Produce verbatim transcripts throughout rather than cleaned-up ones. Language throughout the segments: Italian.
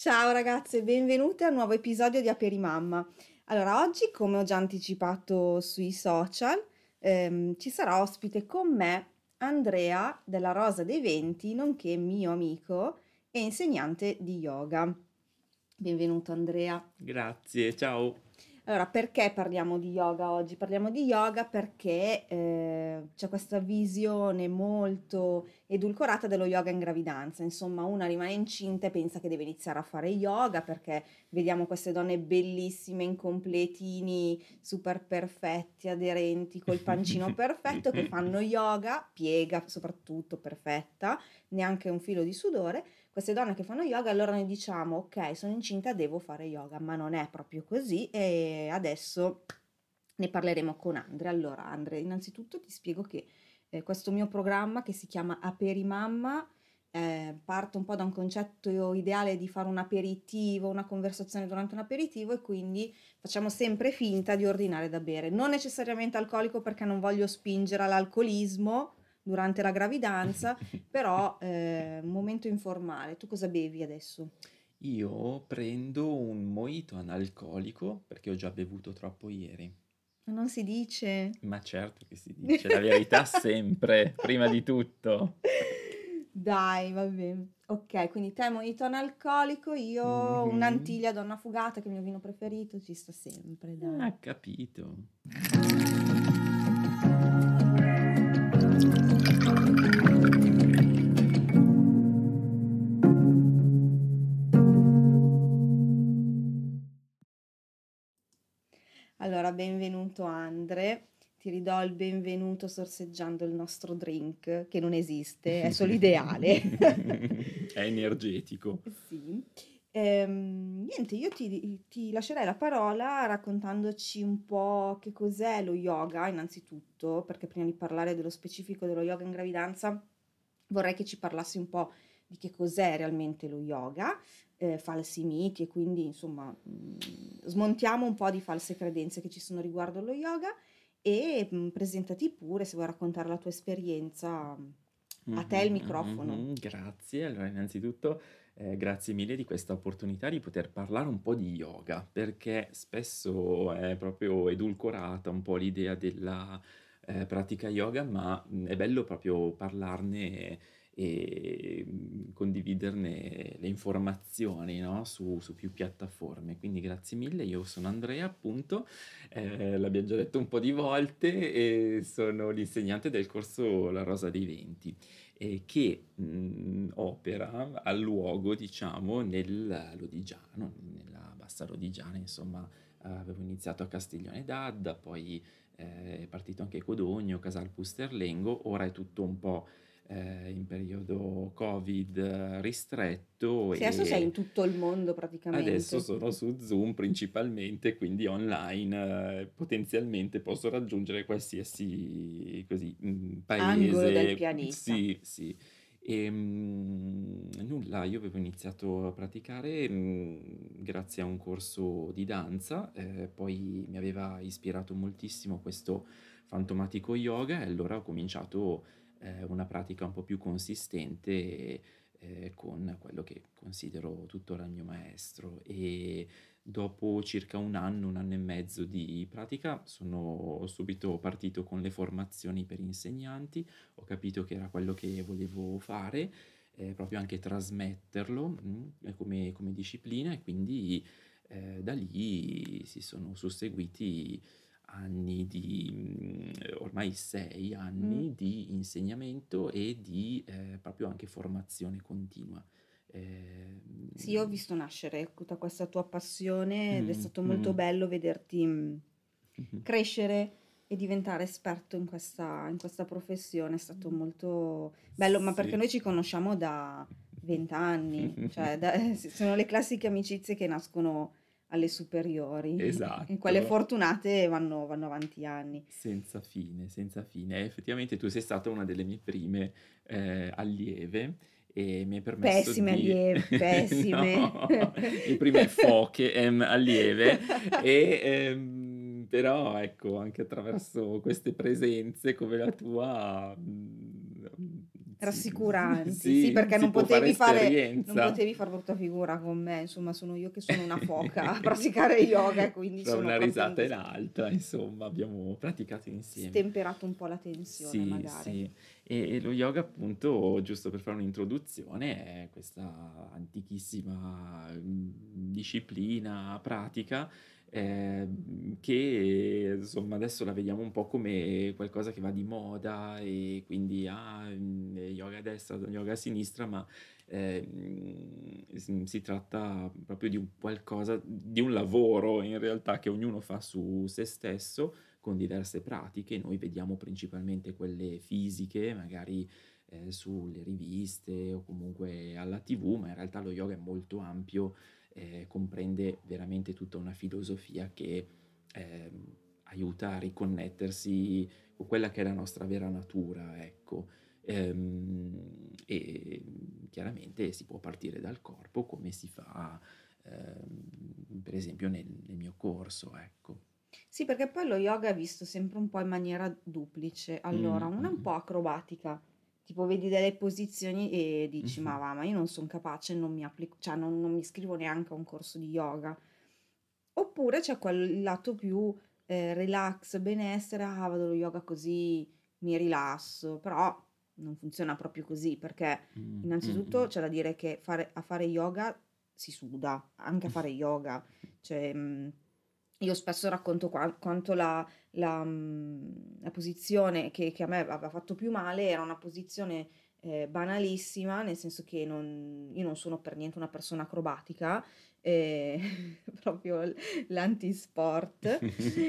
Ciao ragazze, benvenute a un nuovo episodio di Aperimamma. Allora, oggi, come ho già anticipato sui social, ehm, ci sarà ospite con me Andrea della Rosa dei Venti, nonché mio amico e insegnante di yoga. Benvenuto Andrea. Grazie, ciao. Allora, perché parliamo di yoga oggi? Parliamo di yoga perché eh, c'è questa visione molto edulcorata dello yoga in gravidanza. Insomma, una rimane incinta e pensa che deve iniziare a fare yoga perché vediamo queste donne bellissime in completini, super perfetti, aderenti, col pancino perfetto, che fanno yoga, piega soprattutto, perfetta, neanche un filo di sudore. Queste donne che fanno yoga, allora noi diciamo, ok, sono incinta, devo fare yoga, ma non è proprio così e adesso ne parleremo con Andre. Allora, Andre, innanzitutto ti spiego che eh, questo mio programma che si chiama Aperimamma eh, parte un po' da un concetto ideale di fare un aperitivo, una conversazione durante un aperitivo e quindi facciamo sempre finta di ordinare da bere. Non necessariamente alcolico perché non voglio spingere all'alcolismo durante la gravidanza, però eh, un momento informale. Tu cosa bevi adesso? Io prendo un mojito analcolico perché ho già bevuto troppo ieri. Ma non si dice. Ma certo che si dice la verità sempre, prima di tutto. Dai, va bene. Ok, quindi te mojito analcolico, io Mhm. un'Antiglia Donna Fugata, che è il mio vino preferito, ci sta sempre, dai. Ah, capito. Allora, benvenuto Andre. Ti ridò il benvenuto sorseggiando il nostro drink, che non esiste, è solo ideale. È energetico. Sì. Ehm, niente, io ti, ti lascerei la parola raccontandoci un po' che cos'è lo yoga, innanzitutto, perché prima di parlare dello specifico dello yoga in gravidanza, vorrei che ci parlassi un po' di che cos'è realmente lo yoga, eh, falsi miti e quindi, insomma, mh, smontiamo un po' di false credenze che ci sono riguardo allo yoga e mh, presentati pure se vuoi raccontare la tua esperienza. A te il Mhm, microfono. mhm, grazie. Allora, innanzitutto, eh, grazie mille di questa opportunità di poter parlare un po' di yoga, perché spesso è proprio edulcorata un po' l'idea della eh, pratica yoga, ma mh, è bello proprio parlarne e mh, condividerne le informazioni, no? Su, su più piattaforme. Quindi grazie mille, io sono Andrea, appunto, eh, l'abbiamo già detto un po' di volte e sono l'insegnante del corso La Rosa dei Venti eh, che mh, opera al luogo, diciamo, nel Lodigiano, nella Bassa Lodigiana, insomma, eh, avevo iniziato a Castiglione d'Adda, poi eh, è partito anche Codogno, Casal Pusterlengo, ora è tutto un po' eh, in periodo Covid eh, ristretto Sì, adesso sei in e tutto il mondo adesso praticamente. sono su Zoom principalmente, quindi online, eh, potenzialmente posso raggiungere qualsiasi così, mm, Angolo del paese. pianeta. Sì, sì. E mm, nulla, io avevo iniziato a praticare mm, grazie a un corso di danza, eh, poi mi aveva ispirato moltissimo questo fantomatico yoga e allora ho cominciato eh, una pratica un po' più consistente eh, con quello che considero tuttora il mio maestro e dopo circa un anno, un anno e mezzo di pratica sono subito partito con le formazioni per insegnanti, ho capito che era quello che volevo fare, eh, proprio anche trasmetterlo mh, come, come disciplina e quindi eh, da lì si sono susseguiti anni di, mhmm, ormai sei Mm. anni di insegnamento e di, ehm, proprio anche formazione continua. Sì, io ho Ehm visto nascere tutta questa tua passione ed è mh, stato molto mh. bello vederti mm, Mh-mh. crescere e diventare esperto in questa, in questa professione. È stato Mh. molto bello, ma perché Sì. noi ci conosciamo da vent'anni, cioè da- sono le classiche amicizie che nascono alle superiori e quelle Esatto. fortunate vanno, vanno avanti anni. Senza fine, senza fine. E effettivamente tu sei stata una delle mie prime, ehm, allieve e mi hai permesso Pessime di allieve, pessime. no, le prime foche, ehm, allieve e, ehm, però ecco, anche attraverso queste presenze come la tua, mhmm, rassicuranti, sì, Sì, perché si non può fare potevi fare, non esperienza. potevi far brutta figura con me, insomma, sono io che sono una foca a praticare yoga e quindi Fra sono una proprio risata e indis- l'altra, insomma, abbiamo praticato insieme. stemperato un po' la tensione, Sì, magari. sì. E e lo yoga appunto, giusto per fare un'introduzione, è questa antichissima, mhmm, disciplina, pratica, ehm, che insomma adesso la vediamo un po' come qualcosa che va di moda e quindi, ah, mhmm, yoga a destra, yoga a sinistra, ma, ehm, s si tratta proprio di un qualcosa di un lavoro in realtà che ognuno fa su se stesso con diverse pratiche. Noi vediamo principalmente quelle fisiche, magari, ehm, sulle riviste o comunque alla T V, ma in realtà lo yoga è molto ampio, ehm, comprende veramente tutta una filosofia che, ehm, aiuta a riconnettersi con quella che è la nostra vera natura, ecco. Ehm, e, mhmm, chiaramente si può partire dal corpo come si fa, ehm, per esempio nel nel mio corso, ecco. Sì, perché poi lo yoga è visto sempre un po' in maniera duplice. Allora, Mh, una un mh-mh. po' acrobatica, tipo vedi delle posizioni e dici, Mh-mh. ma va, ma io non sono capace, non mi applico, cioè non, non mi iscrivo neanche a un corso di yoga. Oppure c'è quel lato più eh, relax, benessere, ah, vado allo yoga così mi rilasso, però non funziona proprio così, perché Mh, innanzitutto mh-mh. c'è da dire che fare- a fare yoga si suda, anche a fare yoga. Cioè, mh, io spesso racconto qua- quanto la, la, mh, la posizione che, che a me aveva fatto più male era una posizione eh, banalissima, nel senso che non- io non sono per niente una persona acrobatica, eh, proprio l- l'antisport,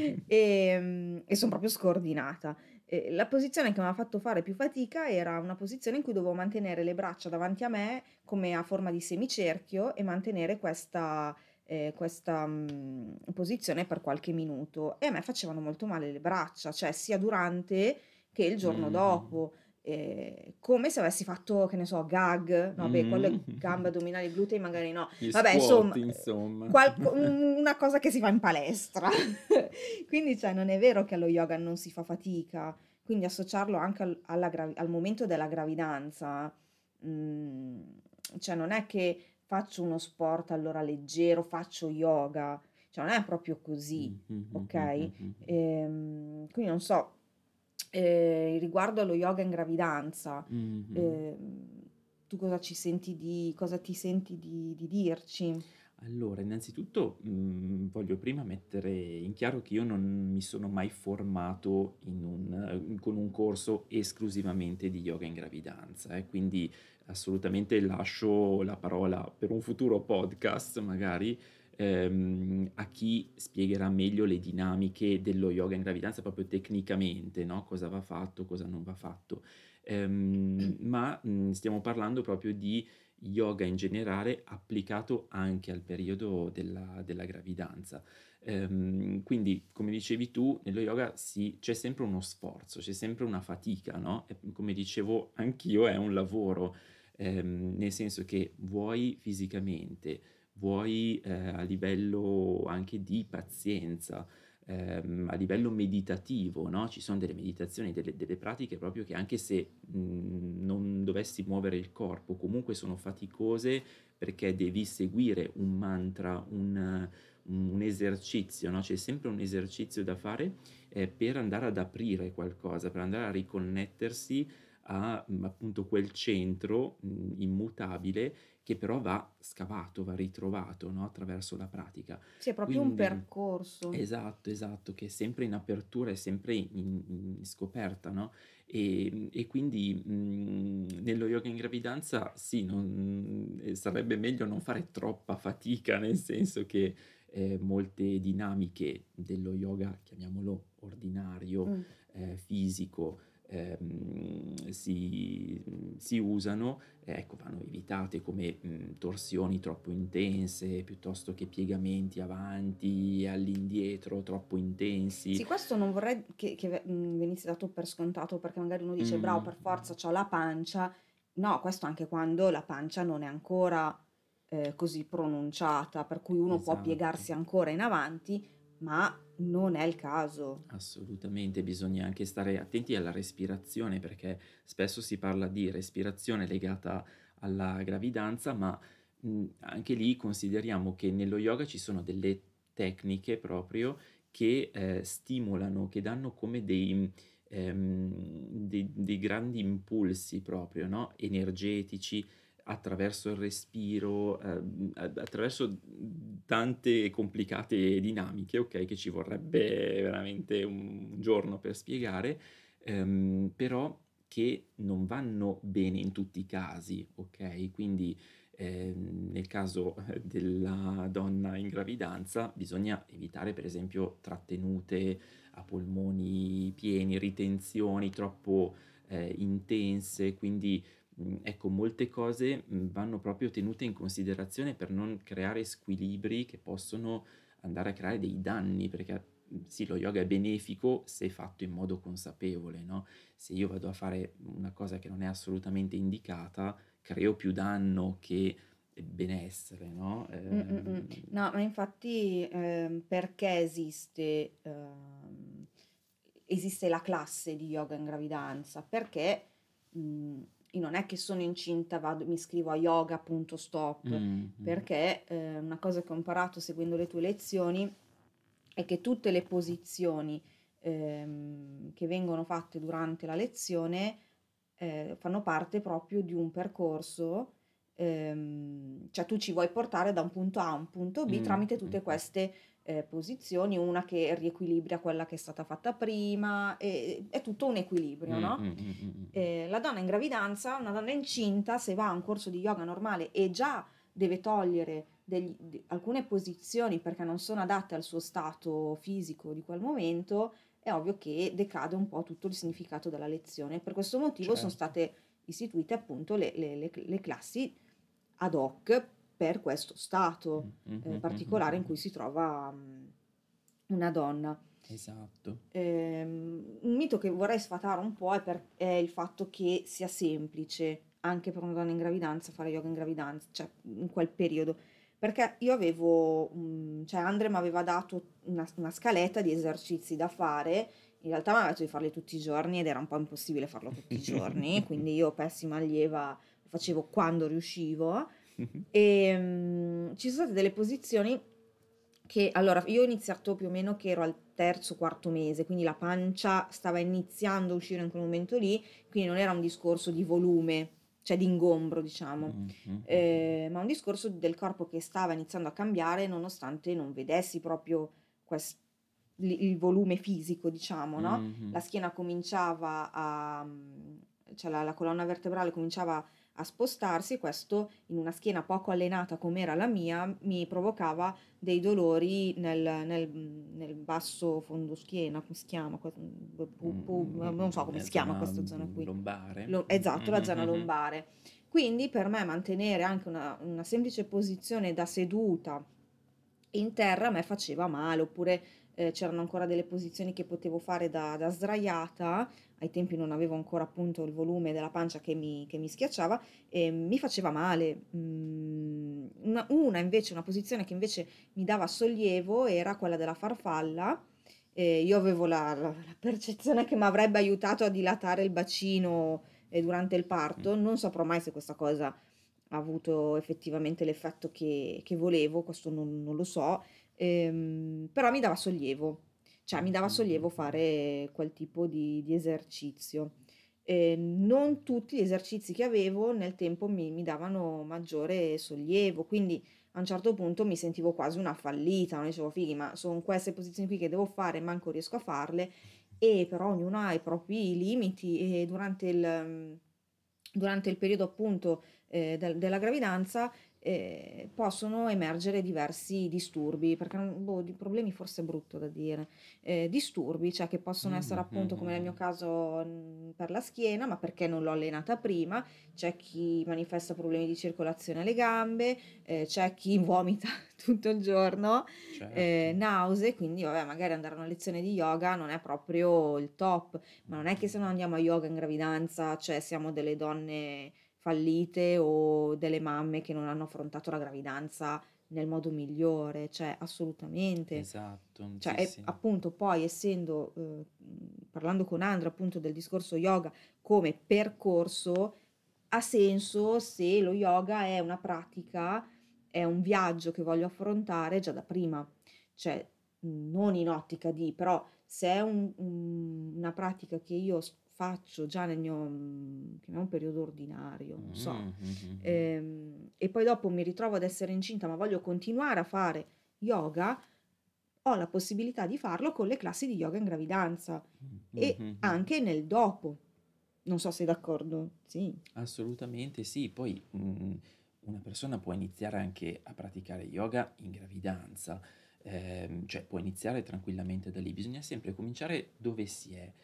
e, mm, e sono proprio scordinata. E la posizione che mi ha fatto fare più fatica era una posizione in cui dovevo mantenere le braccia davanti a me come a forma di semicerchio e mantenere questa eh, questa mm, posizione per qualche minuto e a me facevano molto male le braccia, cioè sia durante che il giorno Mh-mh. dopo, eh, come se avessi fatto, che ne so, gag, no, beh, quello è Mh. gambe addominali, glutei magari no, Gli vabbè, squat insomma, insomma. qualco- un- una cosa che si fa in palestra. Quindi, cioè, non è vero che allo yoga non si fa fatica, quindi associarlo anche al, alla gravi- al momento della gravidanza, mm, cioè non è che faccio uno sport allora leggero, faccio yoga, cioè non è proprio così, Mh, mh, mh, ok? mh, mh, mh, mh. Ehm, quindi non so, eh, riguardo allo yoga in gravidanza, Mh-mh. ehm, tu cosa ci senti di, cosa ti senti di, di dirci? Allora, innanzitutto, mhmm, voglio prima mettere in chiaro che io non mi sono mai formato in un ehm, con un corso esclusivamente di yoga in gravidanza, eh, quindi assolutamente lascio la parola per un futuro podcast magari, ehm, a chi spiegherà meglio le dinamiche dello yoga in gravidanza proprio tecnicamente, no, cosa va fatto, cosa non va fatto. Ehm, ma, mhmm, stiamo parlando proprio di yoga in generale applicato anche al periodo della della gravidanza. Ehm, quindi, come dicevi tu, nello yoga si c'è sempre uno sforzo, c'è sempre una fatica, no, e come dicevo anch'io è un lavoro, ehm, nel senso che vuoi fisicamente, vuoi, ehm, a livello anche di pazienza, ehm, a livello meditativo, no, ci son delle meditazioni, delle delle pratiche proprio che anche se, mhmm, non dovessi muovere il corpo, comunque sono faticose perché devi seguire un mantra, un un esercizio, no, c'è sempre un esercizio da fare, ehm, per andare ad aprire qualcosa, per andare a riconnettersi a, mhmm, appunto quel centro, mhmm, immutabile che però va scavato, va ritrovato, no, attraverso la pratica. Sì, è proprio un Quindi percorso. esatto, esatto, che è sempre in apertura, è sempre in in scoperta, no, ehm, e quindi, mhmm, nello yoga in gravidanza sì, non ehm, sarebbe meglio non fare troppa fatica, nel senso che, ehm, molte dinamiche dello yoga, chiamiamolo ordinario, Mm. ehm, fisico, ehm, si mhmm, si usano, eh, ecco, vanno evitate come, mhmm, torsioni troppo intense, piuttosto che piegamenti avanti e all'indietro troppo intensi. Sì, questo non vorrei che, che ve- mh, venisse dato per scontato perché magari uno dice, bravo, Mh. per forza c'ho la pancia. No, questo anche quando la pancia non è ancora eh, così pronunciata, per cui uno può Esatto. piegarsi ancora in avanti, ma non è il caso. Assolutamente, bisogna anche stare attenti alla respirazione perché spesso si parla di respirazione legata alla gravidanza, ma mh, anche lì consideriamo che nello yoga ci sono delle tecniche proprio che eh, stimolano, che danno come dei, ehm, dei- dei grandi impulsi proprio, no? Energetici attraverso il respiro, ehm, a- attraverso tante e complicate dinamiche, ok, che ci vorrebbe veramente un giorno per spiegare, ehm, però che non vanno bene in tutti i casi, ok? Quindi ehm, nel caso eh, della donna in gravidanza bisogna evitare per esempio trattenute a polmoni pieni, ritenzioni troppo eh, intense, quindi Mhmm, ecco, molte cose, mhmm, vanno proprio tenute in considerazione per non creare squilibri che possono andare a creare dei danni, perché, mhmm, sì, lo yoga è benefico se fatto in modo consapevole, no, se io vado a fare una cosa che non è assolutamente indicata, creo più danno che benessere, no, Mh, mh, mh. ehm No, ma infatti, ehm, perché esiste, ehm, esiste la classe di yoga in gravidanza? Perché mh, io non è che sono incinta, vado, mi iscrivo a yoga, punto, stop, mh-mh, perché eh, una cosa che ho imparato seguendo le tue lezioni è che tutte le posizioni ehm, che vengono fatte durante la lezione eh, fanno parte proprio di un percorso, ehm, cioè tu ci vuoi portare da un punto A a un punto B mh, tramite tutte mh-mh, queste eh, posizioni, una che riequilibra quella che è stata fatta prima, e- è tutto un equilibrio, mh, no? mh, mh, mh, mh, Eh, la donna in gravidanza, una donna incinta, se va a un corso di yoga normale e già deve togliere degli- di- alcune posizioni perché non sono adatte al suo stato fisico di quel momento, è ovvio che decade un po' tutto il significato della lezione. Per questo motivo sono certo. state istituite appunto le, le- le- le classi ad hoc per questo Mh, stato mh, eh, mh, mh, mh, particolare in mh. cui si trova mm, una donna. Esatto. Ehm, un mito che vorrei sfatare un po' è, per- è il fatto che sia semplice anche per una donna in gravidanza fare yoga in gravidanza, cioè in quel periodo. Perché io avevo, mm, cioè Andre mi aveva dato una, una scaletta di esercizi da fare, in realtà mi aveva detto di farli tutti i giorni ed era un po' impossibile farlo tutti i giorni, quindi io pessima allieva lo facevo quando riuscivo. E mm, ci sono state delle posizioni che, allora, io ho iniziato più o meno che ero al terzo, quarto mese, quindi la pancia stava iniziando a uscire in quel momento lì, quindi non era un discorso di volume, cioè di ingombro, diciamo, Mh, mh, mh, mh. eh, ma un discorso del corpo che stava iniziando a cambiare nonostante non vedessi proprio quest- il il volume fisico, diciamo, no? Mh-mh. La schiena cominciava a, cioè la, la colonna vertebrale cominciava a spostarsi, questo in una schiena poco allenata come era la mia mi provocava dei dolori nel, nel- nel basso fondo schiena, come si chiama? Que- pu- pu- Non so Mhmm, come è si chiama zona, questa zona mhmm, qui. lombare? Lo- esatto, la zona Mh-mh-mh-mh. lombare. Quindi per me mantenere anche una, una semplice posizione da seduta in terra a me faceva male, oppure eh, c'erano ancora delle posizioni che potevo fare da, da sdraiata, ai tempi non avevo ancora appunto il volume della pancia che mi, che mi schiacciava e mi faceva male. Mm, una, una invece, una posizione che invece mi dava sollievo era quella della farfalla. Eh, io avevo la, la- la percezione che mi avrebbe aiutato a dilatare il bacino eh, durante il Mh. parto, non saprò mai se questa cosa ha avuto effettivamente l'effetto che, che volevo, questo non, non lo so, ehm, però mi dava sollievo, cioè mi dava sollievo Mh-mh-mh-mh. fare quel tipo di, di esercizio. Eh, non tutti gli esercizi che avevo nel tempo mi, mi davano maggiore sollievo, quindi a un certo punto mi sentivo quasi una fallita, non dicevo fighi, ma sono queste posizioni qui che devo fare, manco riesco a farle, e però ognuno ha i propri limiti e durante il, durante il periodo appunto eh, del- della gravidanza eh, possono emergere diversi disturbi, perché non- boh, di problemi forse è brutto da dire, eh, disturbi, cioè che possono essere appunto come nel Mh-mh-mh-mh. mio caso mh, per la schiena, ma perché non l'ho allenata prima, c'è chi manifesta problemi di circolazione alle gambe, eh, c'è chi vomita tutto il giorno, Certo. eh, nausea, quindi vabbè, magari andare a una lezione di yoga non è proprio il top, ma non è che se non Mh-mh. andiamo a yoga in gravidanza, cioè siamo delle donne fallite o delle mamme che non hanno affrontato la gravidanza nel modo migliore, cioè assolutamente. Esatto, Cioè, sì, e sì. appunto poi essendo, uhm, mhmm, parlando con Andrea appunto del discorso yoga come percorso, ha senso se lo yoga è una pratica, è un viaggio che voglio affrontare già da prima. Cioè, mhmm, non in ottica di però se è un un una pratica che io s faccio già nel mio, mhmm, chiamiamo periodo ordinario, non so, Mh, mh, mh, mh. ehm, e poi dopo mi ritrovo ad essere incinta, ma voglio continuare a fare yoga, ho la possibilità di farlo con le classi di yoga in gravidanza Mh, mh, e mh, mh. anche nel dopo. Non so sei d'accordo. Sì. Assolutamente sì. Poi, mhmm, una persona può iniziare anche a praticare yoga in gravidanza, ehm, cioè può iniziare tranquillamente da lì, bisogna sempre cominciare dove si è.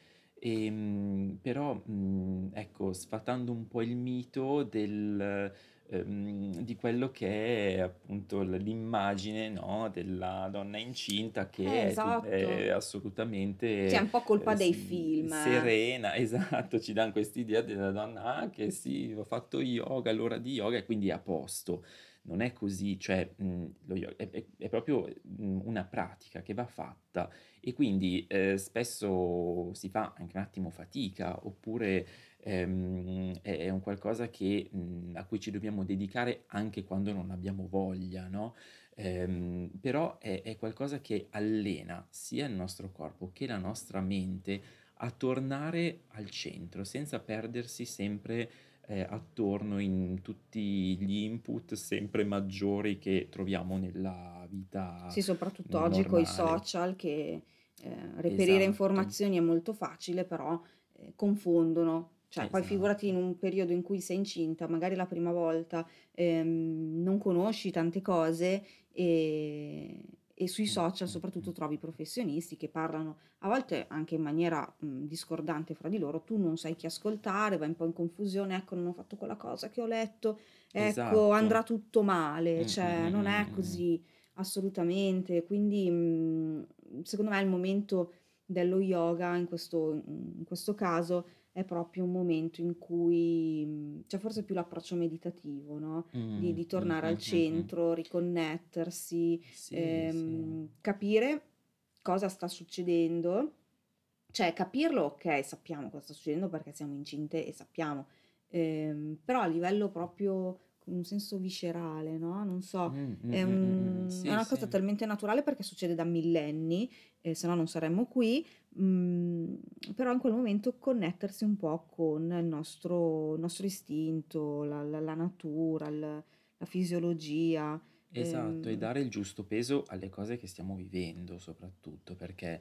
Ehm, però, mhmm, ecco, sfatando un po' il mito del ehm, di quello che è appunto l l'immagine, no, della donna incinta Eh, che è tu è esatto. Sì, è assolutamente un po' ehm, colpa s dei mhmm, film, eh. serena, esatto, ci dan quest'idea della donna: "Ah, che sì, ho fatto yoga, l'ora di yoga e quindi è a posto." Non è così, cioè, mhmm, lo yo è è è proprio, mhmm, una pratica che va fatta e quindi, ehm, spesso si fa anche un attimo fatica, oppure, ehm, è è un qualcosa che mhmm, a cui ci dobbiamo dedicare anche quando non abbiamo voglia, no, ehm, però è è qualcosa che allena sia il nostro corpo che la nostra mente a tornare al centro, senza perdersi sempre, ehm, attorno in tutti gli input sempre maggiori che troviamo nella vita Sì, soprattutto oggi coi normale. social che, ehm, reperire Esatto, informazioni è molto facile, però, ehm, confondono. Cioè, poi figurati in esatto. un periodo in cui sei incinta, magari la prima volta, ehm, non conosci tante cose, ehm, e sui Mh, social mh, soprattutto mh. trovi professionisti che parlano a volte anche in maniera, mhmm, discordante fra di loro, tu non sai chi ascoltare, vai un po' in confusione: "Ecco, non ho fatto quella cosa che ho letto, ecco, Esatto. andrà tutto male." Mh, mh, Cioè, mh, non mh, è mh, mh. così. Assolutamente. Quindi, mhmm, secondo me il momento dello yoga in questo in questo caso è proprio un momento in cui mhmm, cioè forse più l'approccio meditativo, no, di Mh, di mh, tornare al mh, mh, mh. centro, riconnettersi, Sì, sì. ehm, capire cosa sta succedendo, cioè capirlo okay, sappiamo cosa sta succedendo perché siamo incinte e sappiamo, ehm, però a livello proprio con un senso viscerale, no, non so, Mh, mh, è mh, mh, mh, mh. un è Sì, una cosa sì. talmente naturale perché succede da millenni, e se no non saremmo qui, mhmm, però in quel momento connettersi un po' con il nostro il nostro istinto, la la la natura, il la fisiologia, Esatto, e ehm dare il giusto peso alle cose che stiamo vivendo soprattutto, perché,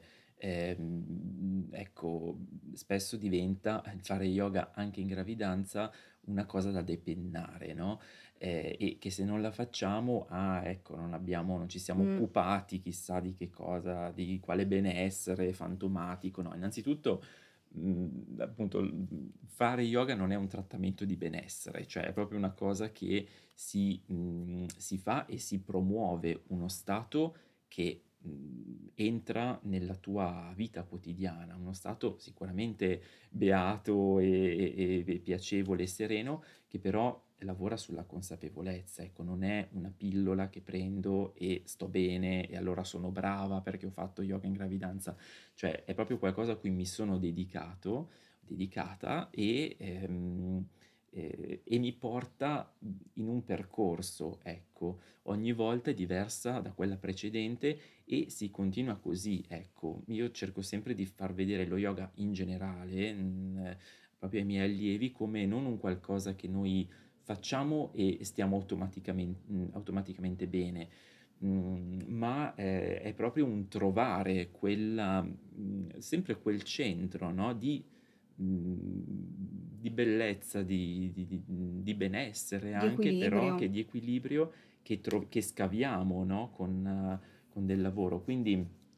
ehm, ecco, mhmm, spesso diventa il fare yoga anche in gravidanza una cosa da depennare, no, ehm, e che se non la facciamo, ah, ecco, non abbiamo non ci siamo mh, occupati chissà di che cosa, di quale benessere fantomatico, no. Innanzitutto, mhmm, appunto, mhmm, fare yoga non è un trattamento di benessere, cioè è proprio una cosa che si mhmm, si fa e si promuove uno stato che, mhmm, entra nella tua vita quotidiana, uno stato sicuramente beato e e e piacevole e sereno, che però lavora sulla consapevolezza, ecco, non è una pillola che prendo e sto bene e allora sono brava perché ho fatto yoga in gravidanza, cioè è proprio qualcosa a cui mi sono dedicato dedicata e ehm, ehm, e mi porta, mhmm, in un percorso, ecco. Ogni volta è diversa da quella precedente e si continua così, ecco. Io cerco sempre di far vedere lo yoga in generale, mhmm, proprio ai miei allievi, come non un qualcosa che noi facciamo e stiamo automaticamen mhmm, automaticamente bene, mhmm, ma, ehm, è proprio un trovare quella mhmm, sempre quel centro, no, di mhmm, di bellezza, di di di mhmm, di benessere di anche, però equilibrio. che di equilibrio che tro che scaviamo, no, con eh, con del lavoro. Quindi,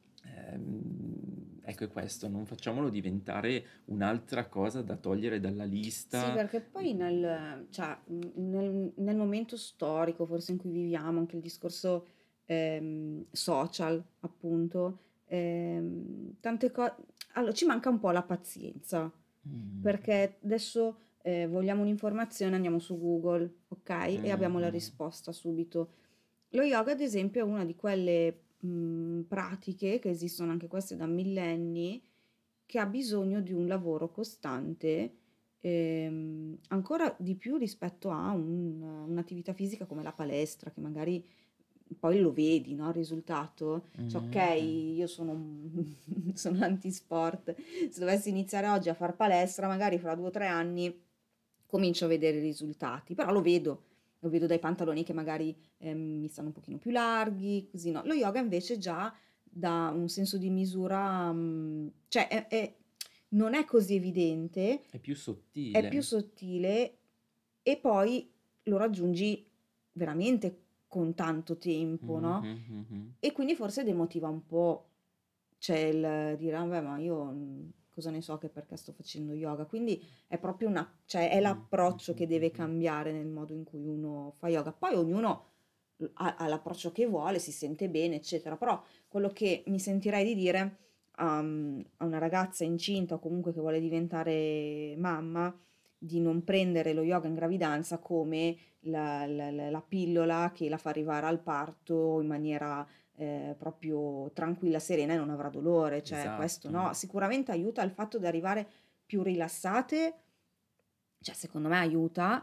ehm, ecco è questo, non facciamolo diventare un'altra cosa da togliere dalla Sì, lista. perché poi nel cioè, mhmm, nel nel momento storico forse in cui viviamo, anche il discorso, ehm, social appunto, ehm, tante co allo ci manca un po' la pazienza, Mh. perché adesso eh, vogliamo un'informazione, andiamo su Google, ok? E abbiamo la Mh-mh. risposta subito. Lo yoga, ad esempio, è una di quelle mh, pratiche che esistono anche queste da millenni, che ha bisogno di un lavoro costante, ehm, ancora di più rispetto a un- un'attività fisica come la palestra, che magari poi lo vedi, no? Il risultato. Cioè, ok, Mh-mh. io sono, un- sono anti-sport. Se dovessi iniziare oggi a far palestra, magari fra due o tre anni comincio a vedere i risultati, però lo vedo, lo vedo dai pantaloni che magari ehm, mi stanno un pochino più larghi, così no. Lo yoga invece già dà un senso di misura, mm, cioè è- è- non è così evidente, È più è più sottile. sottile e poi lo raggiungi veramente con tanto tempo, no? Mh-mh, mh-mh. E quindi forse demotiva un po', cioè il dire, vabbè, ma io mm, cosa ne so che perché sto facendo yoga? Quindi è proprio una, cioè è Mh, l'approccio mh-mh, che deve mh-mh. cambiare nel modo in cui uno fa yoga. Poi ognuno ha, ha l'approccio che vuole, si sente bene, eccetera. Però quello che mi sentirei di dire um, a una ragazza incinta o comunque che vuole diventare mamma, di non prendere lo yoga in gravidanza come la, la- la- la pillola che la fa arrivare al parto in maniera eh, proprio tranquilla, serena e non avrà dolore. Cioè, questo Esatto. no, sicuramente aiuta il fatto di arrivare più rilassate, cioè secondo me aiuta,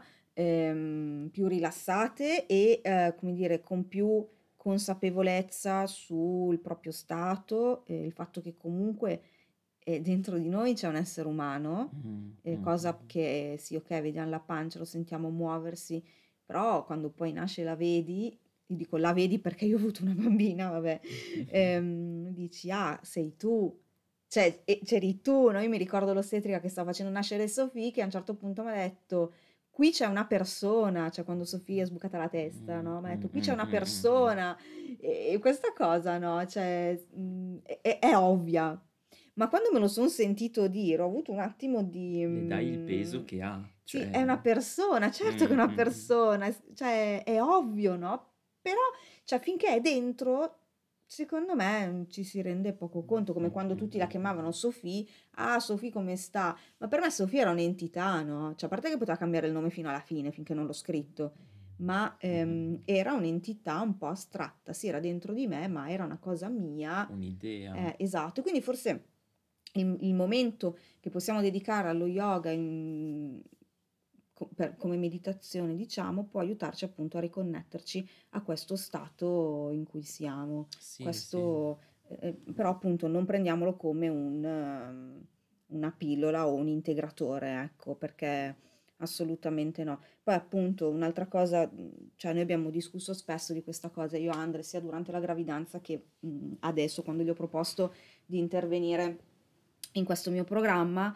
ehm, più rilassate e eh, come dire, con più consapevolezza sul proprio stato, e il fatto che comunque eh, dentro di noi c'è un essere umano, Mh, eh, cosa mh-mh. che sì, ok, vediamo la pancia, lo sentiamo muoversi, però quando poi nasce e la vedi, ti dico la vedi perché io ho avuto una bambina, vabbè, ehm, dici, ah, sei tu, cioè e- c'eri tu, no? Io mi ricordo l'ostetrica che stava facendo nascere Sofì, che a un certo punto mi ha detto, qui c'è una persona, cioè quando Sofì è sbucata la testa, Mh, no? Mi ha detto, mh, qui c'è mh, una mh, mh, mh. persona, e, e questa cosa, no? Cioè, mh, è, è- è ovvia, ma quando me lo son sentito dire, ho avuto un attimo di, Le dai il peso mhmm, che ha, sì, è cioè una persona, certo che è mh, una mh-mh. persona, s cioè è ovvio, no, però, cioè finché è dentro, secondo me, mhmm, ci si rende poco Mh, conto, come mh, quando mh, tutti la mh, chiamavano mh. Sophie: "Ah, Sophie come sta?" Ma per me Sophie era un'entità, no, cioè a parte che poteva cambiare il nome fino alla fine, finché non l'ho scritto, ma, ehm, Mh-mh. era un'entità un po' astratta. Sì, era dentro di me, ma era una cosa mia. Un'idea. Eh, esatto. Quindi forse il il momento che possiamo dedicare allo yoga in- co- per- come meditazione, diciamo, può aiutarci appunto a riconnetterci a questo stato in cui siamo. Sì, sì. Questo, eh, però appunto non prendiamolo come un, ehm, una pillola o un integratore, ecco, perché assolutamente no. Poi appunto un'altra cosa, mh, cioè noi abbiamo discusso spesso di questa cosa, io e Andre, sia durante la gravidanza che mh, adesso quando gli ho proposto di intervenire in questo mio programma,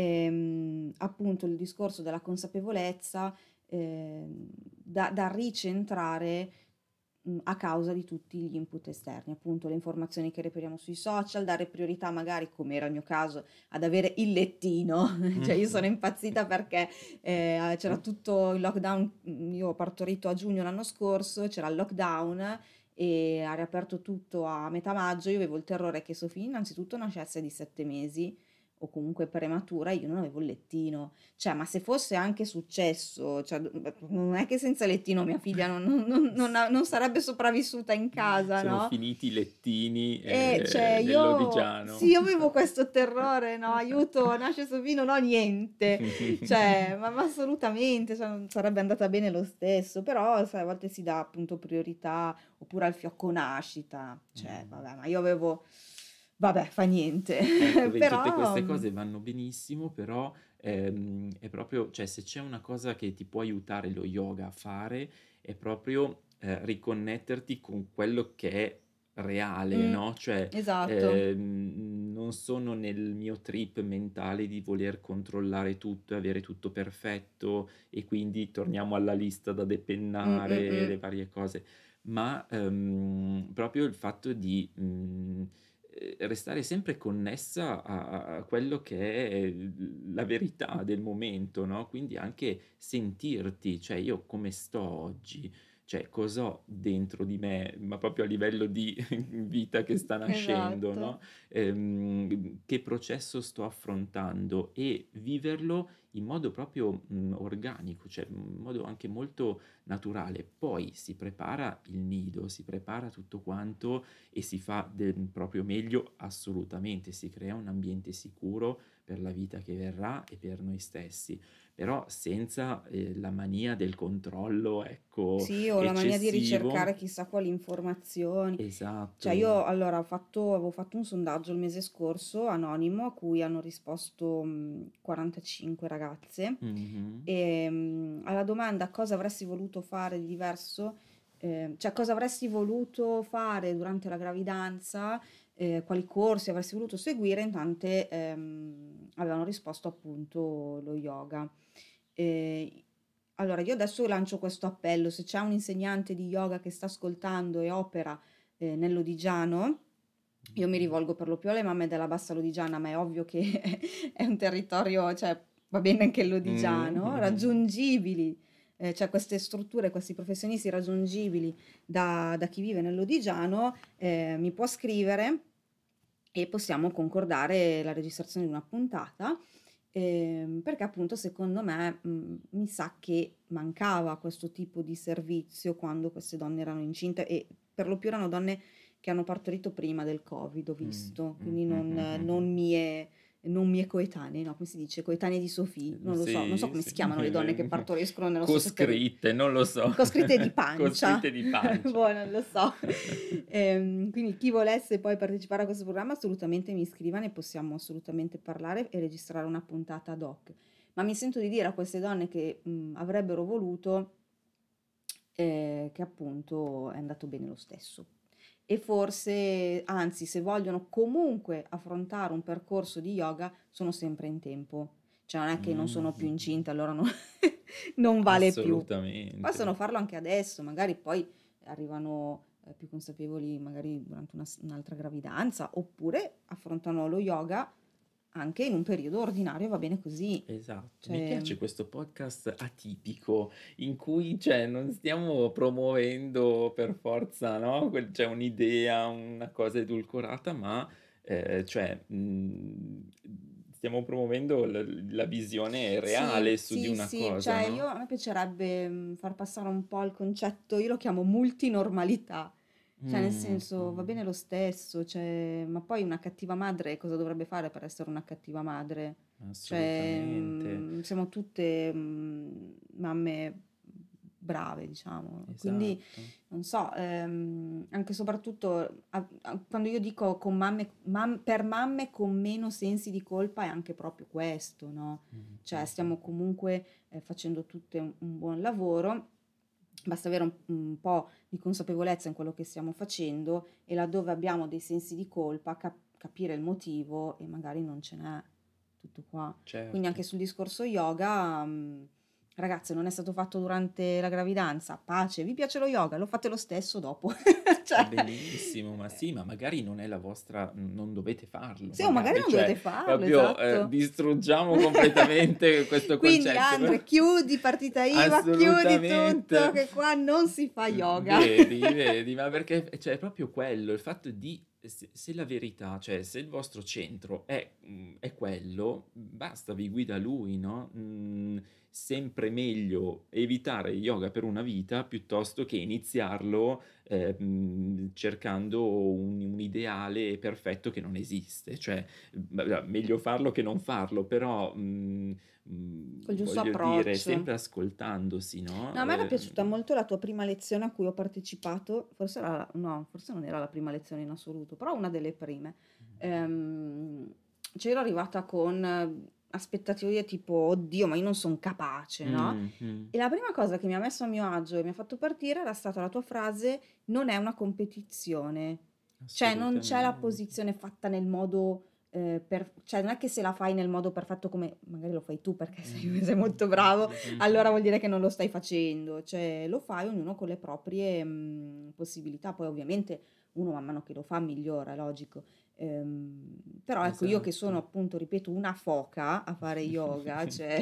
ehm, appunto il discorso della consapevolezza ehm, da, da ricentrare mh, a causa di tutti gli input esterni, appunto le informazioni che reperiamo sui social, dare priorità magari, come era il mio caso, ad avere il lettino, cioè io sono impazzita perché eh, c'era tutto il lockdown, mh, io ho partorito a giugno l'anno scorso, c'era il lockdown e ha riaperto tutto a metà maggio, io avevo il terrore che Sofì innanzitutto nascesse di sette mesi o comunque prematura e io non avevo il lettino. Cioè, ma se fosse anche successo, cioè, non è che senza lettino mia figlia non, non- non- non S ha- non sarebbe sopravvissuta in casa, Sono no? finiti i lettini, E cioè ehm, io, sì, nell'Odigiano. io avevo questo terrore, no? Aiuto, nasce Sofì, non ho niente. Cioè, ma, ma assolutamente, cioè, non sarebbe andata bene lo stesso, però sai, a volte si dà appunto priorità oppure al fiocco nascita. Cioè, Mh. vabbè, ma io avevo, vabbè, fa niente. Ecco, vedi, tutte Però, queste mm, cose vanno benissimo, però, ehm, è proprio cioè se c'è una cosa che ti può aiutare lo yoga a fare, è proprio, ehm, riconnetterti con quello che è reale, mm, no, cioè, esatto. ehm, non sono nel mio trip mentale di voler controllare tutto e avere tutto perfetto e quindi torniamo alla lista da Mm, mm, depennare, le mm. varie cose, ma, ehm, proprio il fatto di, mhmm ehm, restare sempre connessa a a a quello che è l la verità del momento, no, quindi anche sentirti, cioè: "Io come sto oggi?" Cioè, cos'ho dentro di me, ma proprio a livello di vita che sta nascendo, Esatto. no, ehm, che processo sto affrontando e viverlo in modo proprio, mhmm, organico, cioè in modo anche molto naturale. Poi si prepara il nido, si prepara tutto quanto e si fa del proprio meglio assolutamente, si crea un ambiente sicuro per la vita che verrà e per noi stessi, però senza, ehm, la mania del controllo, ecco, Sì, o la mania di eccessivo. ricercare chissà quali informazioni. Cioè Esatto. io allora ho fatto, avevo fatto un sondaggio il mese scorso, anonimo, a cui hanno risposto mh, quarantacinque ragazze Mh-mh. e mh, alla domanda cosa avresti voluto fare di diverso, eh, cioè cosa avresti voluto fare durante la gravidanza, eh, quali corsi avresti voluto seguire, in tante ehm, avevano risposto appunto lo yoga. Eh, allora, io adesso lancio questo appello: se c'è un insegnante di yoga che sta ascoltando e opera eh, nel Lodigiano, io mi Mh-mh. rivolgo per lo più alle mamme della Bassa Lodigiana, ma è ovvio che è un territorio, cioè va bene anche il Lodigiano, Mh-mh. raggiungibili, eh, cioè queste strutture, questi professionisti raggiungibili da, da chi vive nel Lodigiano, eh, mi può scrivere e possiamo concordare la registrazione di una puntata, ehm, perché appunto secondo me mh, mi sa che mancava questo tipo di servizio quando queste donne erano incinte e per lo più erano donne che hanno partorito prima del Covid, ho Mh. visto, Mh, quindi mh, non, mh, mh, non mh. mie, non mie coetanee, no, come si dice, coetanee di Sofì, Ehm, non lo so, non so sì, come si sì, chiamano le donne che partoriscono nello stesso periodo. coscritte, non lo so. Coscritte di pancia, Coscritte di pancia. boh, non lo so. Ehm, quindi chi volesse poi partecipare a questo programma assolutamente mi scriva, ne possiamo assolutamente parlare e registrare una puntata ad hoc. Ma mi sento di dire a queste donne che mh, avrebbero voluto eh, che appunto è andato bene lo stesso. E forse, anzi, se vogliono comunque affrontare un percorso di yoga, sono sempre in tempo. Cioè non è che non sono più Mh-mh. incinta, allora non, non vale più. Assolutamente. Possono farlo anche adesso, magari poi arrivano eh, più consapevoli magari durante una s- un'altra gravidanza, oppure affrontano lo yoga anche in un periodo ordinario, va bene così. Esatto, mi Cioè, piace questo podcast atipico in cui, cioè, non stiamo promuovendo per forza, no, quel c'è un'idea, una cosa edulcorata, ma, ehm, cioè, mhmm, stiamo promuovendo l la visione sì, reale su di sì, una sì, cosa, cioè io no? a me piacerebbe mh, far passare un po' il concetto, io lo chiamo multinormalità, cioè nel Mh, senso va mh, bene lo stesso, cioè, ma poi una cattiva madre cosa dovrebbe fare per essere una cattiva madre? Cioè, assolutamente, mh, siamo tutte mh, mamme brave, diciamo, quindi esatto. non so, ehm, anche e soprattutto a- a- quando io dico con mamme, mam- per mamme con meno sensi di colpa è anche proprio questo, no? Mh, Cioè mh, mh. stiamo comunque eh, facendo tutte un, un buon lavoro, basta avere un, un po' di consapevolezza in quello che stiamo facendo e laddove abbiamo dei sensi di colpa cap- capire il motivo e magari non ce n'è, tutto qua. Quindi Certo. anche sul discorso yoga, mh, ragazze, non è stato fatto durante la gravidanza, pace, vi piace lo yoga, lo fate lo stesso dopo. È Cioè, bellissimo, ma sì, ma magari non è la vostra, mhmm, non dovete farlo, sì, o magari magari, non cioè dovete farlo, proprio, ehm, esatto. distruggiamo completamente questo Quindi concetto, però Andre, chiudi partita I V A, chiudi tutto, assolutamente. che qua non si fa Mhmm, yoga. vedi, vedi, ma perché cioè è proprio quello, il fatto di se se la verità, cioè se il vostro centro è mhmm, è quello, basta, vi guida lui, no, mhmm, sempre meglio evitare yoga per una vita piuttosto che iniziarlo, ehm, cercando un un ideale perfetto che non esiste. Cioè, b meglio farlo che non farlo, però, mhmm, Col mhmm, giusto voglio dire, approccio. sempre ascoltandosi, No, no, a me era piaciuta ehm molto la tua prima lezione a cui ho partecipato, forse era, la- no, forse non era la prima lezione in assoluto, però una delle prime. Ehm, C'ero arrivata con eh, aspettative tipo, oddio, ma io non sono capace, no? Mh, mh. E la prima cosa che mi ha messo a mio agio e mi ha fatto partire era stata la tua frase, non è una competizione. Cioè, non c'è la Assolutamente. posizione fatta nel modo, eh, per- cioè, non è che se la fai nel modo perfetto come magari lo fai tu perché sei, Mh-mh, sei molto mh-mh, bravo, mh-mh, allora mh. vuol dire che non lo stai facendo, cioè lo fai ognuno con le proprie mh, possibilità, poi ovviamente uno man mano che lo fa migliora, è logico. Ehm, però ecco, io che sono Esatto. appunto, ripeto, una foca a fare yoga, cioè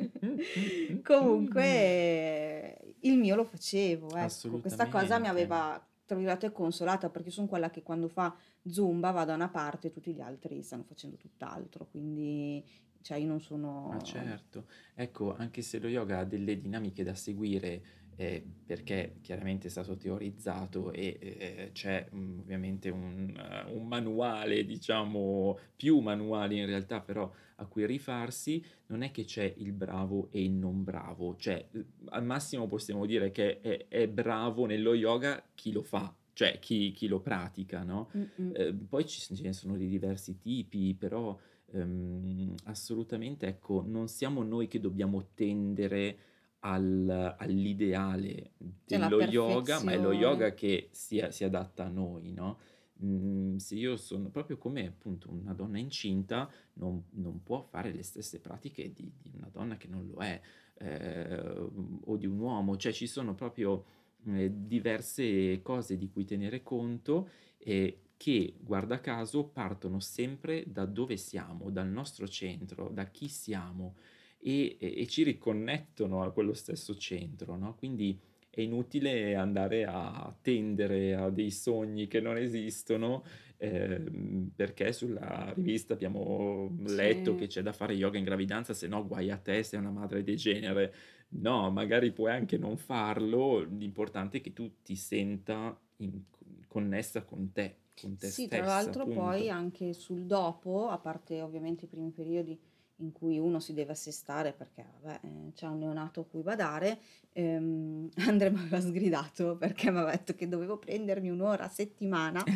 comunque il mio lo facevo, ecco. Questa cosa mi Assolutamente. aveva, tra virgolette, "consolata", perché son quella che quando fa Zumba va da una parte e tutti gli altri stanno facendo tutt'altro, quindi cioè io non Ma sono certo, ecco, anche se lo yoga ha delle dinamiche da seguire, eh, perché chiaramente è stato teorizzato e eh, c'è mm, ovviamente un, eh, un manuale, diciamo, più manuali in realtà, però a cui rifarsi, non è che c'è il bravo e il non bravo, cioè eh, al massimo possiamo dire che è, è bravo nello yoga chi lo fa, cioè chi, chi lo pratica, no? mh-mh. Eh, poi ci, ce ne sono di diversi tipi, però Ehm, assolutamente, ecco, non siamo noi che dobbiamo tendere al all'ideale Cioè la dello yoga, ma è lo perfezione. yoga che si a si adatta a noi, no, mhmm, se io sono proprio come appunto una donna incinta non non può fare le stesse pratiche di di una donna che non lo è, ehm, o di un uomo, cioè ci sono proprio, ehm, diverse cose di cui tenere conto e che, guarda caso, partono sempre da dove siamo, dal nostro centro, da chi siamo e e e ci riconnettono a quello stesso centro, no, quindi è inutile andare a tendere a dei sogni che non esistono, ehm, perché sulla rivista abbiamo letto che Sì. c'è da fare yoga in gravidanza, se no guai a te, sei una madre degenere. No, magari puoi anche non farlo, l'importante è che tu ti senta in c connessa con te, con te Sì, tra stessa, l'altro poi punto. anche sul dopo, a parte ovviamente i primi periodi in cui uno si deve assestare perché vabbè, eh, c'è un neonato a cui badare, ehm, Andre mi aveva sgridato perché mi aveva detto che dovevo prendermi un'ora a settimana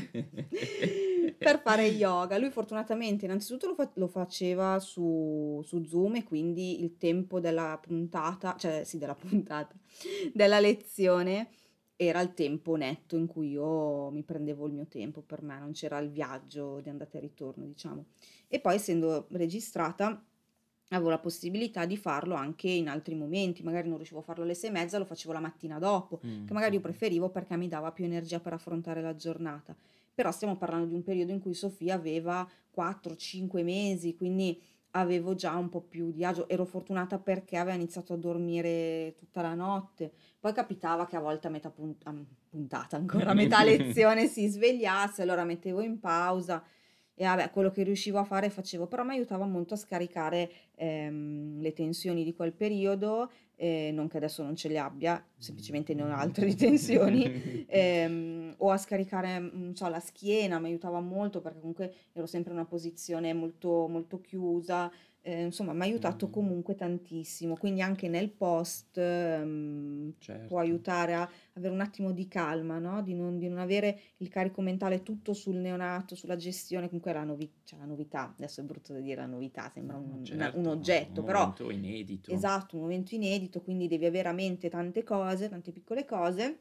per fare yoga. Lui fortunatamente innanzitutto lo, fa- lo faceva su, su Zoom e quindi il tempo della puntata, cioè sì, della puntata, della lezione era il tempo netto in cui io mi prendevo il mio tempo per me, non c'era il viaggio di andata e ritorno, diciamo. E poi essendo registrata avevo la possibilità di farlo anche in altri momenti, magari non riuscivo a farlo alle sei e mezza, lo facevo la mattina dopo, che Mh, magari io mh-mh. preferivo perché mi dava più energia per affrontare la giornata. Però stiamo parlando di un periodo in cui Sofia aveva quattro cinque mesi, quindi avevo già un po' più di agio. Ero fortunata perché aveva iniziato a dormire tutta la notte. Poi capitava che a volte a metà pun- a puntata, ancora a metà lezione si svegliasse, allora mettevo in pausa e vabbè, quello che riuscivo a fare facevo, però mi aiutava molto a scaricare ehm, le tensioni di quel periodo, eh, non che adesso non ce le abbia, semplicemente ne ho altre di tensioni, ehm, o a scaricare, mm, non so, la schiena, mi aiutava molto perché comunque ero sempre in una posizione molto, molto chiusa, eh, insomma, mi ha aiutato Mh, comunque tantissimo, quindi anche nel post ehm, può certo. aiutare a avere un attimo di calma, no? Di non, di non avere il carico mentale tutto sul neonato, sulla gestione, comunque la, novi- cioè, la novità, adesso è brutto da dire la novità, sembra No, un, una- un certo, un oggetto, però momento inedito. esatto, un momento inedito, quindi devi avere a mente tante cose, tante piccole cose.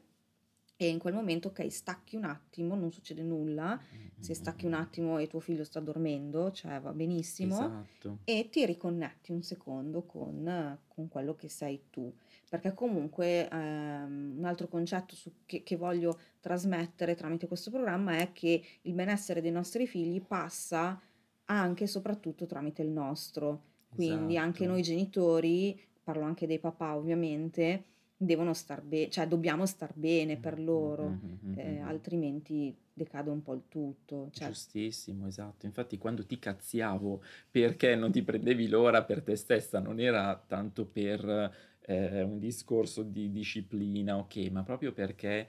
E in quel momento, ok, stacchi un attimo, non succede nulla. Mh, mh, Se mh, stacchi un mh. attimo e tuo figlio sta dormendo, cioè va benissimo, Esatto. e ti riconnetti un secondo con, con quello che sei tu. Perché comunque ehm, un altro concetto su- che, che voglio trasmettere tramite questo programma è che il benessere dei nostri figli passa anche e soprattutto tramite il nostro. Quindi anche Esatto. noi genitori, parlo anche dei papà ovviamente, devono star bene, cioè dobbiamo star bene Mh, per mh, mh, loro, mh, mh, eh, mh, mh. altrimenti decade un po' il tutto. Cioè, Giustissimo, esatto. Infatti quando ti cazziavo perché non ti prendevi l'ora per te stessa, non era tanto per, ehm, un discorso di disciplina, okay, ma proprio perché,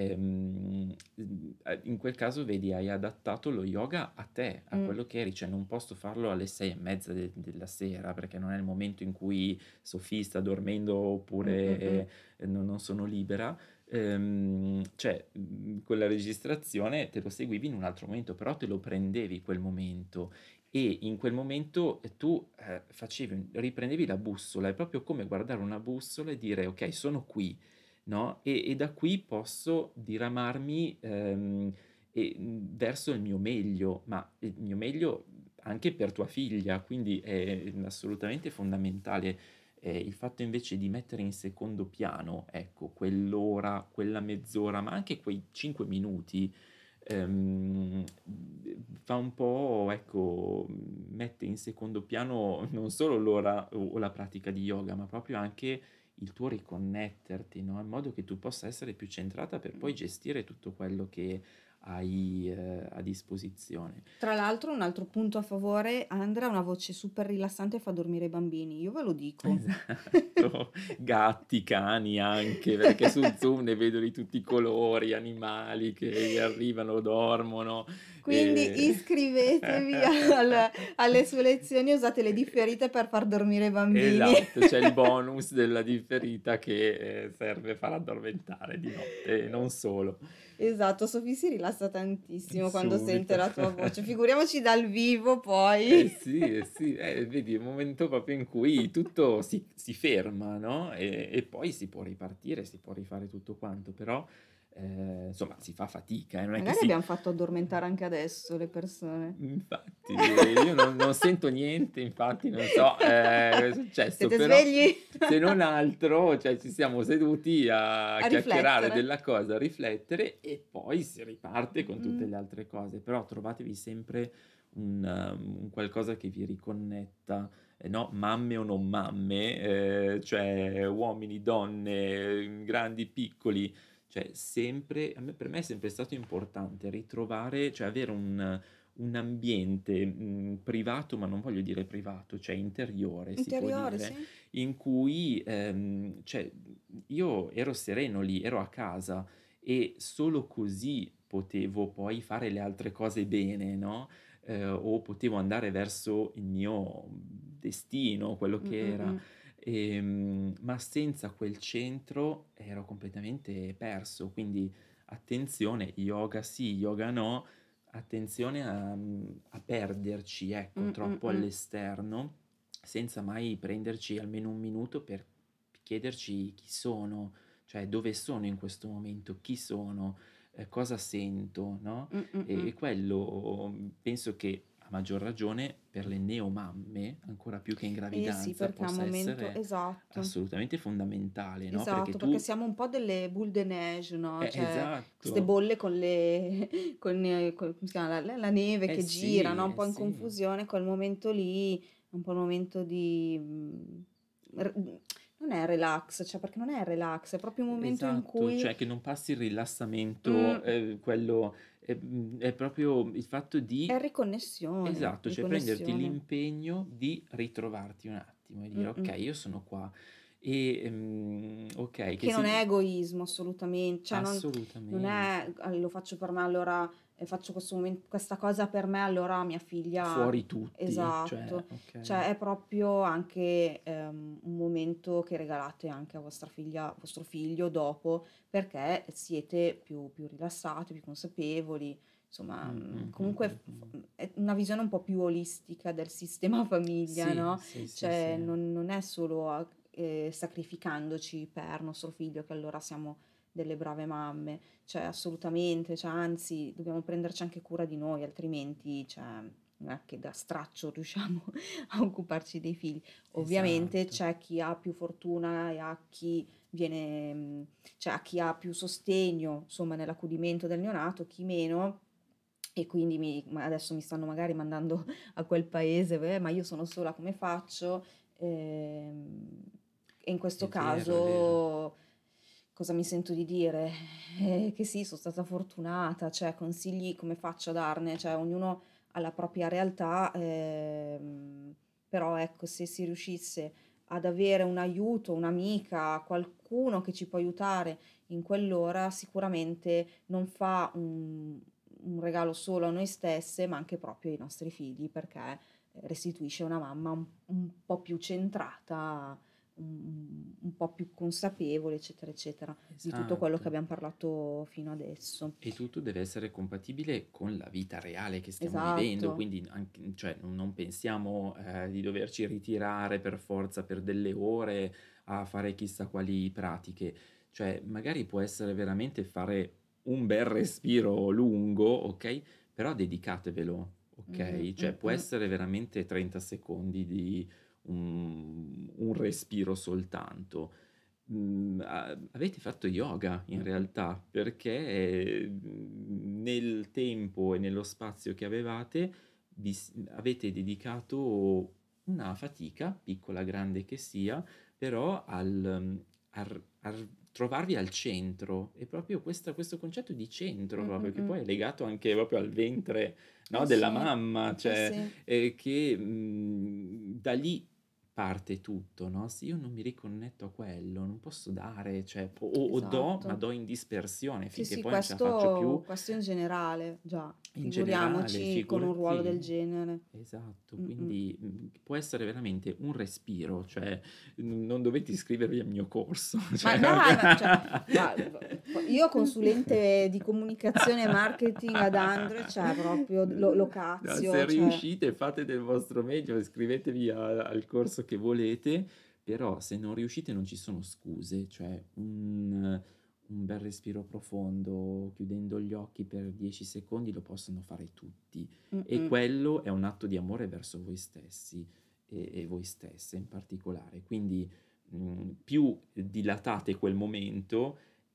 ehm, mhmm, ehm, in quel caso vedi hai adattato lo yoga a te, a mm, quello che eri, cioè non posso farlo alle sei e mezza de della sera perché non è il momento in cui Sofì sta dormendo mm, mm, mm. oppure, ehm, no non sono libera. Ehm, cioè, mhmm, quella registrazione te lo seguivi in un altro momento, però te lo prendevi quel momento e in quel momento, ehm, tu, ehm, facevi un riprendevi la bussola, è proprio come guardare una bussola e dire: "Okay, sono qui", no, e e da qui posso diramarmi, ehm, e mhmm, verso il mio meglio, ma il mio meglio anche per tua figlia, quindi è assolutamente fondamentale. Ehm, il fatto invece di mettere in secondo piano, ecco, quell'ora, quella mezz'ora, ma anche quei cinque minuti, ehm, fa un po', ecco, mette in secondo piano non solo l'ora o la pratica di yoga, ma proprio anche il tuo riconnetterti, no, in modo che tu possa essere più centrata per poi gestire tutto quello che hai, ehm, a disposizione. Tra l'altro, un altro punto a favore, Andrea ha una voce super rilassante e fa dormire i bambini, io ve lo dico. Esatto, gatti, cani anche, perché su Zoom ne vedo di tutti i colori, animali che arrivano, dormono, Quindi e iscrivetevi al- alle sue lezioni e usate le differite per far dormire i bambini. esatto, c'è il bonus della differita che, ehm, serve far addormentare di notte e non solo. Esatto, Sofì si rilassa tantissimo quando sente Subito. la tua voce, figuriamoci dal vivo Eh poi. sì, eh sì, eh vedi è il momento proprio in cui tutto si si ferma, no, e e poi si può ripartire, si può rifare tutto quanto, però, ehm, insomma si fa fatica, eh, non è che Magari si abbiamo fatto addormentare anche adesso le persone. infatti, ehm, io non non sento niente, infatti non so, ehm, cosa è successo, Siete però svegli? se non altro, cioè ci siamo seduti a A chiacchierare riflettere. della cosa, a riflettere e poi si riparte con tutte Mm, le altre cose. Però trovatevi sempre un um, un qualcosa che vi riconnetta, ehm, no, mamme o non mamme, ehm, cioè uomini, donne, mhmm, grandi, piccoli, cioè sempre a me per me è sempre stato importante ritrovare cioè avere un un ambiente, mhmm, privato, ma non voglio dire privato, cioè interiore si può interiore, dire, sì. in cui, ehm, cioè, mhmm, io ero sereno lì, ero a casa e solo così potevo poi fare le altre cose bene, no, ehm, o potevo andare verso il mio destino, quello Mm, che mm, era. mm. Ehm, ma senza quel centro ero completamente perso. Quindi attenzione, yoga sì, yoga no, attenzione a mhmm, a perderci, ecco, Mm, mm, troppo mm. all'esterno, senza mai prenderci almeno un minuto per chiederci chi sono, cioè dove sono in questo momento, chi sono, ehm, cosa sento, no, Mm, mm, e mm. e quello, mhmm, penso che a maggior ragione per le neomamme, ancora più che in Eh sì, gravidanza, perché è un possa momento essere esatto. assolutamente fondamentale, no, perché Esatto, perché tu siamo un po' delle boule de neige, no, eh, cioè queste esatto. bolle con le con ehm, co come si chiama, la la neve Eh che gira, no, sì, un eh po' in sì. confusione, quel momento lì è un po' il momento di, mhmm, r mhmm, non è relax, cioè perché non è relax, è proprio un momento in Esatto, cui cioè che non passi il rilassamento, mh, ehm, quello è mhmm, è proprio il fatto è di riconnessione, esatto, cioè prenderti riconnessione. l'impegno di ritrovarti un attimo e dire: Mh-mh. "Okay, io sono qua". E, ehm, okay, che Che non è si egoismo assolutamen cioè non non è: assolutamente. "Ah, lo faccio per me, allora, ehm, faccio questo momen questa cosa per me, allora mia figlia" Fuori tutti, cioè esatto. okay. Cioè è proprio anche, ehm, un momento che regalate anche a vostra figlia vostro figlio dopo, perché siete più più rilassati, più consapevoli, insomma, Mh, mhmm, mh, mh, comunque mh, f f mh. mhmm, è una visione un po' più olistica del sistema famiglia, Sì, no, sì, sì, cioè sì. non non è solo a ehm, sacrificandoci per nostro figlio che allora siamo delle brave mamme, cioè assolutamente, cioè anzi dobbiamo prenderci anche cura di noi, altrimenti, cioè, non è che da straccio riusciamo a occuparci dei figli. Ovviamente Esatto. c'è chi ha più fortuna e ha chi viene, mhmm, cioè a chi ha più sostegno, insomma, nell'accudimento del neonato, chi meno, e quindi mi ma adesso mi stanno magari mandando a quel paese, "Beh, ma io sono sola, come faccio?" Ehm, e in questo È vero, è vero. caso cosa mi sento di dire? Eh, che sì, sono stata fortunata, cioè consigli come faccio a darne? Cioè ognuno ha la propria realtà, ehm, però ecco, se si riuscisse ad avere un aiuto, un'amica, qualcuno che ci può aiutare in quell'ora, sicuramente non fa un, un regalo solo a noi stesse, ma anche proprio ai nostri figli, perché eh, restituisce una mamma un, un po' più centrata, un, un po' più consapevole, eccetera, eccetera, di tutto quello che Esatto. abbiamo parlato fino adesso. E tutto deve essere compatibile con la vita reale che stiamo vivendo, Esatto. quindi anche cioè non non pensiamo, ehm, di doverci ritirare per forza per delle ore a fare chissà quali pratiche. Cioè, magari può essere veramente fare un bel respiro lungo, okay, però dedicatevelo, Mm, okay, cioè mm, può mm. essere veramente trenta secondi di un un respiro soltanto. Mhmm, a avete fatto yoga in Mm, mm. realtà, perché, mhmm, nel tempo e nello spazio che avevate, vi s avete dedicato una fatica, piccola, grande che sia, però al mhmm, a r a r trovarvi al centro. E proprio questa questo concetto di centro Mh, proprio, mh, che mh. poi è legato anche proprio al ventre, no, Eh della sì, mamma, eh cioè, sì. ehm, che, mhmm, da lì parte tutto, no, se io non mi riconnetto a quello, non posso dare, cioè o o o do, ma Esatto. do in dispersione Sì, finché sì, poi non ce la faccio più. questo questo in generale, già. In generale, Figuriamoci con un ruolo del figurati genere. esatto, Mh-mh. quindi, mhmm, può essere veramente un respiro, cioè n non dovete iscrivervi al mio corso, Ma cioè dai, ma cioè, ma io consulente di comunicazione e marketing ad Andre, cioè proprio lo no, se Locazio, cioè riuscite fate del vostro meglio, iscrivetevi a al corso che volete, però se non riuscite non ci sono scuse, cioè un un bel respiro profondo, chiudendo gli occhi per dieci secondi lo possono fare tutti e mh-mh. quello è un atto di amore verso voi stessi e e voi stesse in particolare. Quindi, mhmm, più dilatate quel momento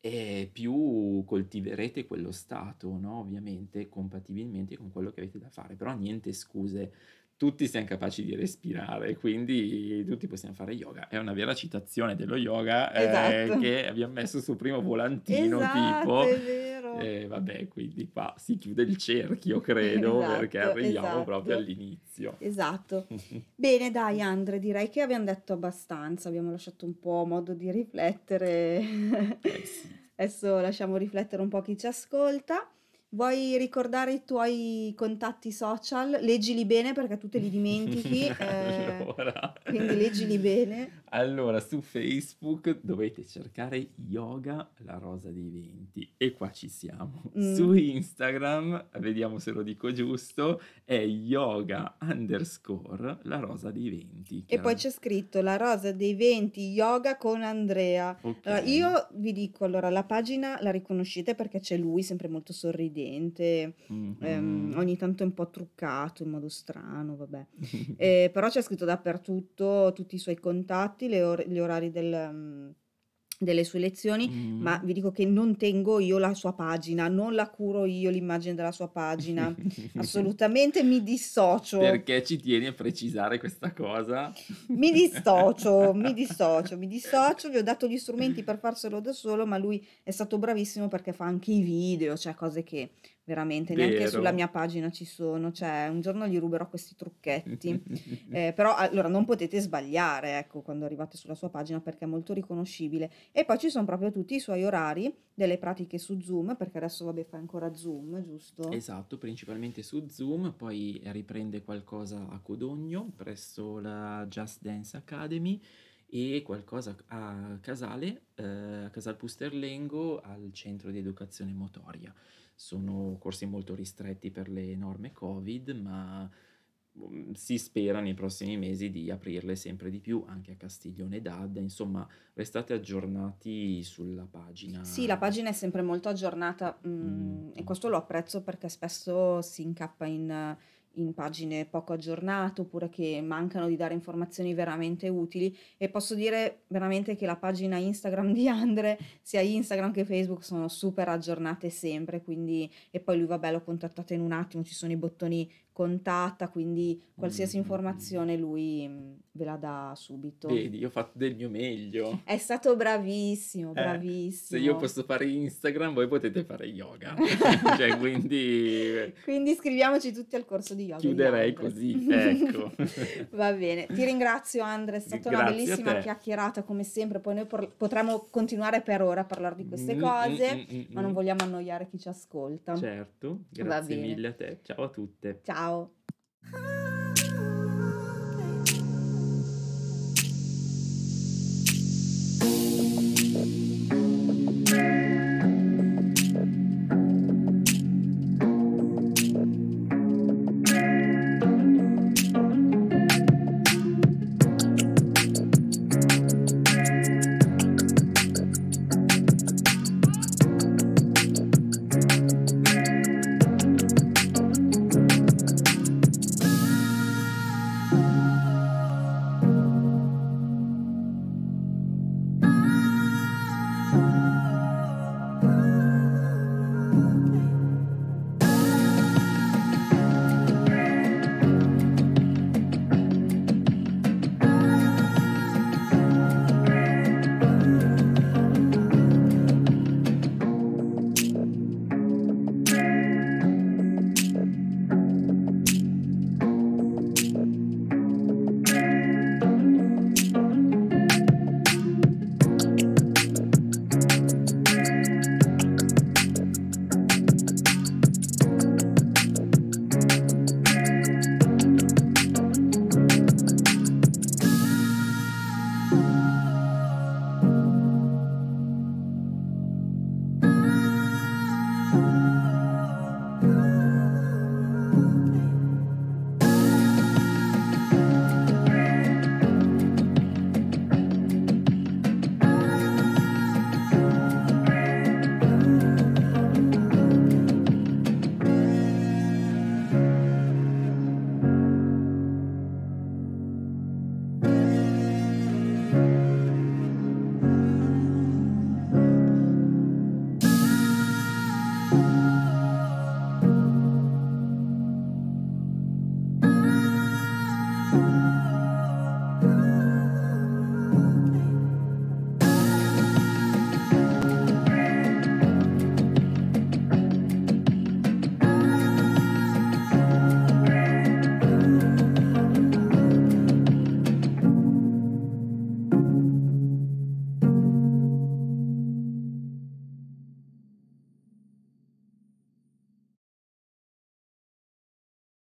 e più coltiverete quello stato, no, ovviamente compatibilmente con quello che avete da fare, però niente scuse. Tutti siam capaci di respirare, quindi tutti possiamo fare yoga. È una vera citazione dello yoga, ehm, Esatto. che abbiam messo sul primo volantino Esatto, tipo, è vero. e vabbè, quindi qua si chiude il cerchio credo, perché Esatto, arriviamo proprio esatto, all'inizio. esatto. Bene dai Andre, direi che abbiam detto abbastanza, abbiamo lasciato un po' modo di riflettere. Eh sì. Adesso lasciamo riflettere un po' chi ci ascolta. Vuoi ricordare i tuoi contatti social? Leggili bene perché tu te li dimentichi, ehm, Allora quindi leggili bene. allora su Facebook dovete cercare Yoga La Rosa dei Venti e qua ci siamo. Mh. Su Instagram, vediamo se lo dico giusto, è yoga underscore La Rosa dei Venti, E poi chiara c'è scritto La Rosa dei Venti Yoga con Andrea. Allora, okay. io vi dico, allora, la pagina la riconoscete perché c'è lui, sempre molto sorridente, ehm, Mh-mh. ogni tanto è un po' truccato in modo strano, vabbè. Eh, però c'è scritto dappertutto tutti i suoi contatti, le ore- gli orari del, mm, delle sue lezioni, ma Mh. vi dico che non tengo io la sua pagina, non la curo io l'immagine della sua pagina. Assolutamente mi dissocio. Perché ci tieni a precisare questa cosa? Mi dissocio, mi dissocio, mi dissocio, gli ho dato gli strumenti per farselo da solo, ma lui è stato bravissimo perché fa anche i video, cioè cose che veramente neanche sulla Vero. mia pagina ci sono, cioè un giorno gli ruberò questi trucchetti. Eh, però allora non potete sbagliare, ecco, quando arrivate sulla sua pagina perché è molto riconoscibile. E poi ci sono proprio tutti i suoi orari delle pratiche su Zoom, perché adesso vabbè fa ancora Zoom, giusto? Esatto, principalmente su Zoom, poi riprende qualcosa a Codogno presso la Just Dance Academy e qualcosa a Casale, ehm, a Casal Pusterlengo al centro di educazione motoria. Sono corsi molto ristretti per le norme Covid, ma, mhmm, si spera nei prossimi mesi di aprirle sempre di più anche a Castiglione d'Adda, insomma restate aggiornati sulla Sì, la pagina. pagina è sempre molto aggiornata, Mh, mhmm, e mh. questo lo apprezzo perché spesso si incappa in in pagine poco aggiornate, oppure che mancano di dare informazioni veramente utili, e posso dire veramente che la pagina Instagram di Andre, sia Instagram che Facebook, sono super aggiornate sempre, quindi e poi lui vabbè lo contattate in un attimo, ci sono i bottoni contatta, quindi Mh, qualsiasi mh, mh. informazione lui, mhmm, ve la dà subito. Vedi, io ho fatto del mio meglio. È stato bravissimo, Eh, se io bravissimo. posso fare Instagram, voi potete fare yoga. Cioè, quindi Quindi iscriviamoci tutti al corso di yoga di chiuderei Andre. così, ecco. Va bene, ti ringrazio Andre, è G stata una grazie a bellissima te. chiacchierata come sempre, poi noi por- potremmo continuare per ore a parlare di queste Mh, mh, cose, mh, mh, ma non mh. vogliamo annoiare chi ci ascolta. Certo, Va grazie bene, mille a te. Ciao a tutte. ciao.